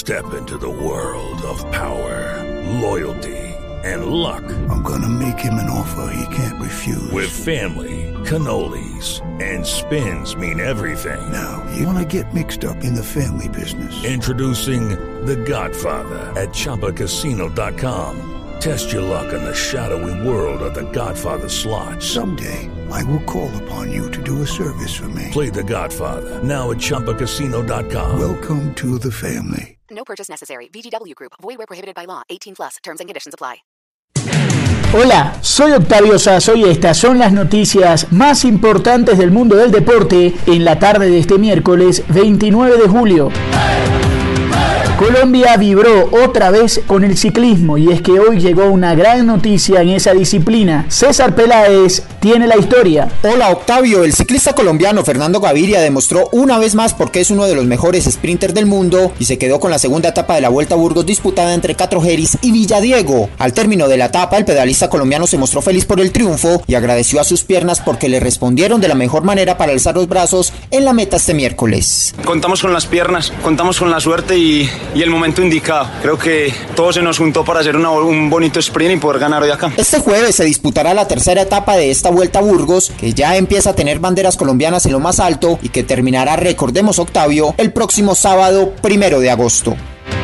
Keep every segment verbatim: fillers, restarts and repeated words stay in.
Step into the world of power, loyalty, and luck. I'm gonna make him an offer he can't refuse. With family, cannolis, and spins mean everything. Now, you wanna get mixed up in the family business. Introducing The Godfather at Chumba Casino dot com. Test your luck in the shadowy world of The Godfather slot. Someday, I will call upon you to do a service for me. Play The Godfather now at Chumba Casino dot com. Welcome to the family. No purchase necessary. V G W Group. Void where prohibited by law. eighteen plus. Terms and conditions apply. Hola, soy Octavio Sazo y estas son las noticias más importantes del mundo del deporte en la tarde de este miércoles veintinueve de julio. Colombia vibró otra vez con el ciclismo y es que hoy llegó una gran noticia en esa disciplina. César Peláez tiene la historia. Hola Octavio, el ciclista colombiano Fernando Gaviria demostró una vez más por qué es uno de los mejores sprinters del mundo y se quedó con la segunda etapa de la Vuelta a Burgos disputada entre Catrojeris y Villadiego. Al término de la etapa, el pedalista colombiano se mostró feliz por el triunfo y agradeció a sus piernas porque le respondieron de la mejor manera para alzar los brazos en la meta este miércoles. Contamos con las piernas, contamos con la suerte y y el momento indicado. Creo que todo se nos juntó para hacer una, un bonito sprint y poder ganar hoy acá. Este jueves se disputará la tercera etapa de esta Vuelta a Burgos, que ya empieza a tener banderas colombianas en lo más alto y que terminará, recordemos Octavio, el próximo sábado primero de agosto.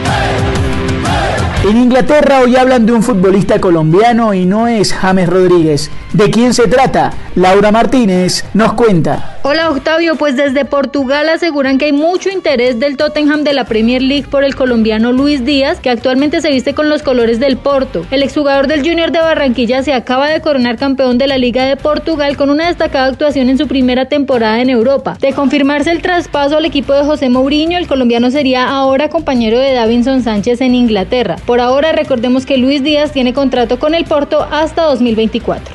En Inglaterra hoy hablan de un futbolista colombiano y no es James Rodríguez. ¿De quién se trata? Laura Martínez nos cuenta. Hola Octavio, pues desde Portugal aseguran que hay mucho interés del Tottenham de la Premier League por el colombiano Luis Díaz, que actualmente se viste con los colores del Porto. El exjugador del Junior de Barranquilla se acaba de coronar campeón de la Liga de Portugal con una destacada actuación en su primera temporada en Europa. De confirmarse el traspaso al equipo de José Mourinho, el colombiano sería ahora compañero de Davinson Sánchez en Inglaterra. Por ahora recordemos que Luis Díaz tiene contrato con el Porto hasta dos mil veinticuatro.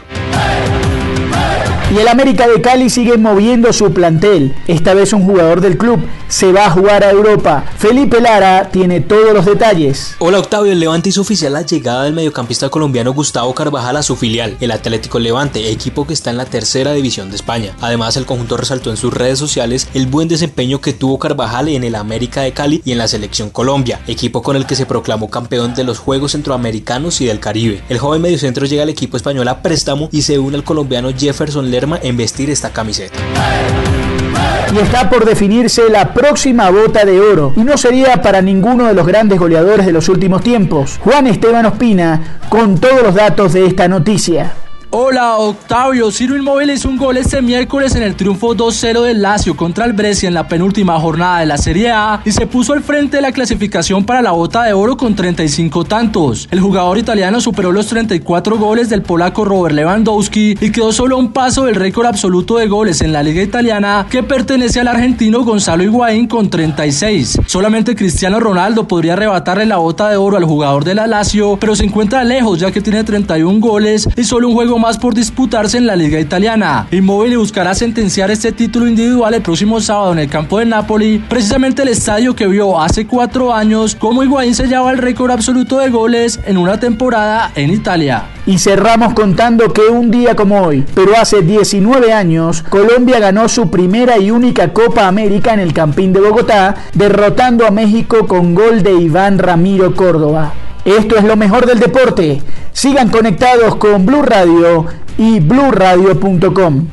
Y el América de Cali sigue moviendo su plantel. Esta vez un jugador del club se va a jugar a Europa. Felipe Lara tiene todos los detalles. Hola Octavio, el Levante hizo oficial la llegada del mediocampista colombiano Gustavo Carvajal a su filial, el Atlético Levante, equipo que está en la tercera división de España. Además, el conjunto resaltó en sus redes sociales el buen desempeño que tuvo Carvajal en el América de Cali y en la Selección Colombia, equipo con el que se proclamó campeón de los Juegos Centroamericanos y del Caribe. El joven mediocentro llega al equipo español a préstamo y se une al colombiano Jefferson Lerma en vestir esta camiseta. Y está por definirse la próxima bota de oro, y no sería para ninguno de los grandes goleadores de los últimos tiempos. Juan Esteban Ospina con todos los datos de esta noticia. Hola Octavio, Ciro Immobile hizo un gol este miércoles en el triunfo dos cero del Lazio contra el Brescia en la penúltima jornada de la Serie A y se puso al frente de la clasificación para la bota de oro con treinta y cinco tantos. El jugador italiano superó los treinta y cuatro goles del polaco Robert Lewandowski y quedó solo a un paso del récord absoluto de goles en la liga italiana que pertenece al argentino Gonzalo Higuaín con treinta y seis. Solamente Cristiano Ronaldo podría arrebatarle la bota de oro al jugador de la Lazio, pero se encuentra lejos ya que tiene treinta y un goles y solo un juego más por disputarse en la liga italiana. Immobile buscará sentenciar este título individual el próximo sábado en el campo de Napoli, precisamente el estadio que vio hace cuatro años como Higuaín sellaba el récord absoluto de goles en una temporada en Italia. Y cerramos contando que un día como hoy, pero hace diecinueve años, Colombia ganó su primera y única Copa América en el Campín de Bogotá, derrotando a México con gol de Iván Ramiro Córdoba. Esto es lo mejor del deporte. Sigan conectados con Blue Radio y blue radio punto com.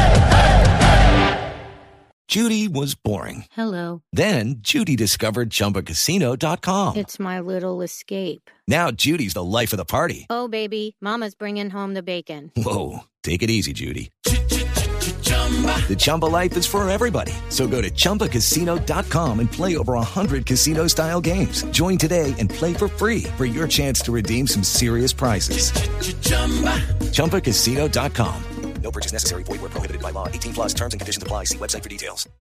Judy was boring. Hello. Then Judy discovered Chumba Casino dot com. It's my little escape. Now Judy's the life of the party. Oh, baby, mama's bringing home the bacon. Whoa, take it easy, Judy. The Chumba life is for everybody. So go to Chumba Casino dot com and play over one hundred casino-style games. Join today and play for free for your chance to redeem some serious prizes. Chumba Casino dot com. No purchase necessary. Void where prohibited by law. eighteen plus terms and conditions apply. See website for details.